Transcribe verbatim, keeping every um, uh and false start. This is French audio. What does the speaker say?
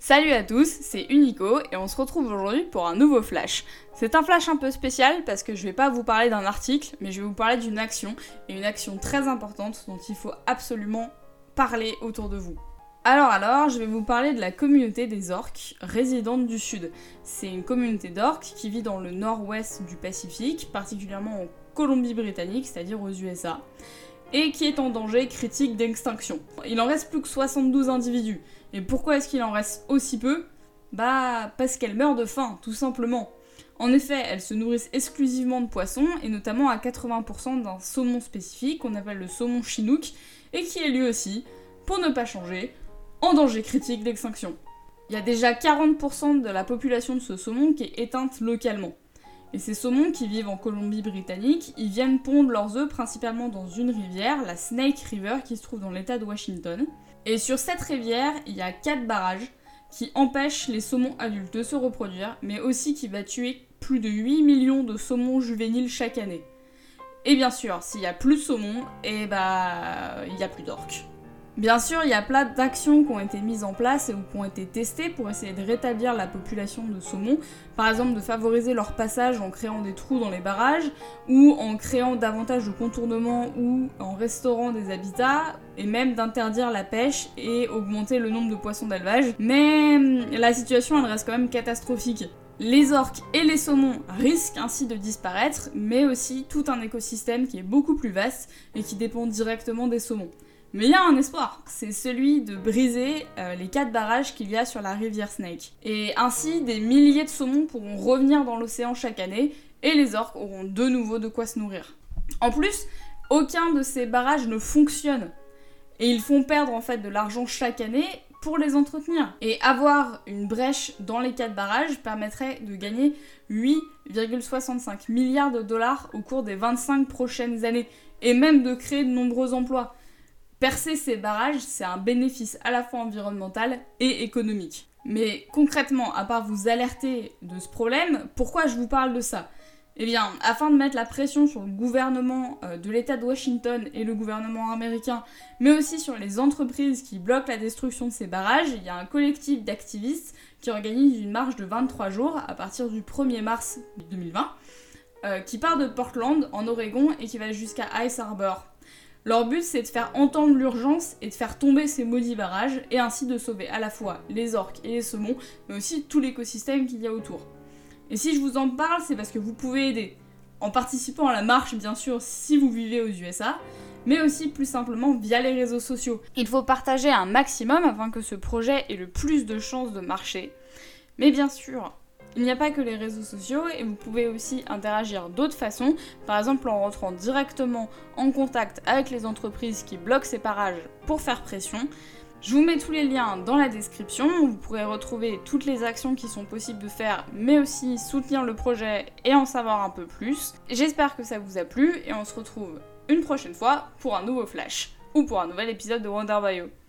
Salut à tous, c'est Unico et on se retrouve aujourd'hui pour un nouveau flash. C'est un flash un peu spécial parce que je vais pas vous parler d'un article, mais je vais vous parler d'une action, et une action très importante dont il faut absolument parler autour de vous. Alors alors, je vais vous parler de la communauté des orques résidentes du Sud. C'est une communauté d'orques qui vit dans le nord-ouest du Pacifique, particulièrement en Colombie-Britannique, c'est-à-dire aux U S A, et qui est en danger critique d'extinction. Il en reste plus que soixante-douze individus. Et pourquoi est-ce qu'il en reste aussi peu ? Bah parce qu'elles meurent de faim, tout simplement. En effet, elles se nourrissent exclusivement de poissons, et notamment à quatre-vingts pour cent d'un saumon spécifique qu'on appelle le saumon chinook, et qui est lui aussi, pour ne pas changer, en danger critique d'extinction. Il y a déjà quarante pour cent de la population de ce saumon qui est éteinte localement. Et ces saumons qui vivent en Colombie-Britannique, ils viennent pondre leurs œufs principalement dans une rivière, la Snake River, qui se trouve dans l'état de Washington. Et sur cette rivière, il y a quatre barrages qui empêchent les saumons adultes de se reproduire, mais aussi qui va tuer plus de huit millions de saumons juvéniles chaque année. Et bien sûr, s'il y a plus de saumons, et bah il y a plus d'orques. Bien sûr, il y a plein d'actions qui ont été mises en place ou qui ont été testées pour essayer de rétablir la population de saumons. Par exemple, de favoriser leur passage en créant des trous dans les barrages, ou en créant davantage de contournements, ou en restaurant des habitats, et même d'interdire la pêche et augmenter le nombre de poissons d'élevage. Mais la situation, elle reste quand même catastrophique. Les orques et les saumons risquent ainsi de disparaître, mais aussi tout un écosystème qui est beaucoup plus vaste et qui dépend directement des saumons. Mais il y a un espoir, c'est celui de briser euh, les quatre barrages qu'il y a sur la rivière Snake. Et ainsi, des milliers de saumons pourront revenir dans l'océan chaque année, et les orques auront de nouveau de quoi se nourrir. En plus, aucun de ces barrages ne fonctionne, et ils font perdre en fait de l'argent chaque année pour les entretenir. Et avoir une brèche dans les quatre barrages permettrait de gagner huit virgule soixante-cinq milliards de dollars au cours des vingt-cinq prochaines années, et même de créer de nombreux emplois. Percer ces barrages, c'est un bénéfice à la fois environnemental et économique. Mais concrètement, à part vous alerter de ce problème, pourquoi je vous parle de ça ? Eh bien, afin de mettre la pression sur le gouvernement de l'État de Washington et le gouvernement américain, mais aussi sur les entreprises qui bloquent la destruction de ces barrages, il y a un collectif d'activistes qui organise une marche de vingt-trois jours à partir du premier mars deux mille vingt, euh, qui part de Portland, en Oregon, et qui va jusqu'à Ice Harbor. Leur but, c'est de faire entendre l'urgence et de faire tomber ces maudits barrages, et ainsi de sauver à la fois les orques et les saumons, mais aussi tout l'écosystème qu'il y a autour. Et si je vous en parle, c'est parce que vous pouvez aider, en participant à la marche bien sûr si vous vivez aux U S A, mais aussi plus simplement via les réseaux sociaux. Il faut partager un maximum afin que ce projet ait le plus de chances de marcher. Mais bien sûr, il n'y a pas que les réseaux sociaux, et vous pouvez aussi interagir d'autres façons, par exemple en rentrant directement en contact avec les entreprises qui bloquent ces barrages pour faire pression. Je vous mets tous les liens dans la description, vous pourrez retrouver toutes les actions qui sont possibles de faire, mais aussi soutenir le projet et en savoir un peu plus. J'espère que ça vous a plu, et on se retrouve une prochaine fois pour un nouveau flash, ou pour un nouvel épisode de Wonder Bio.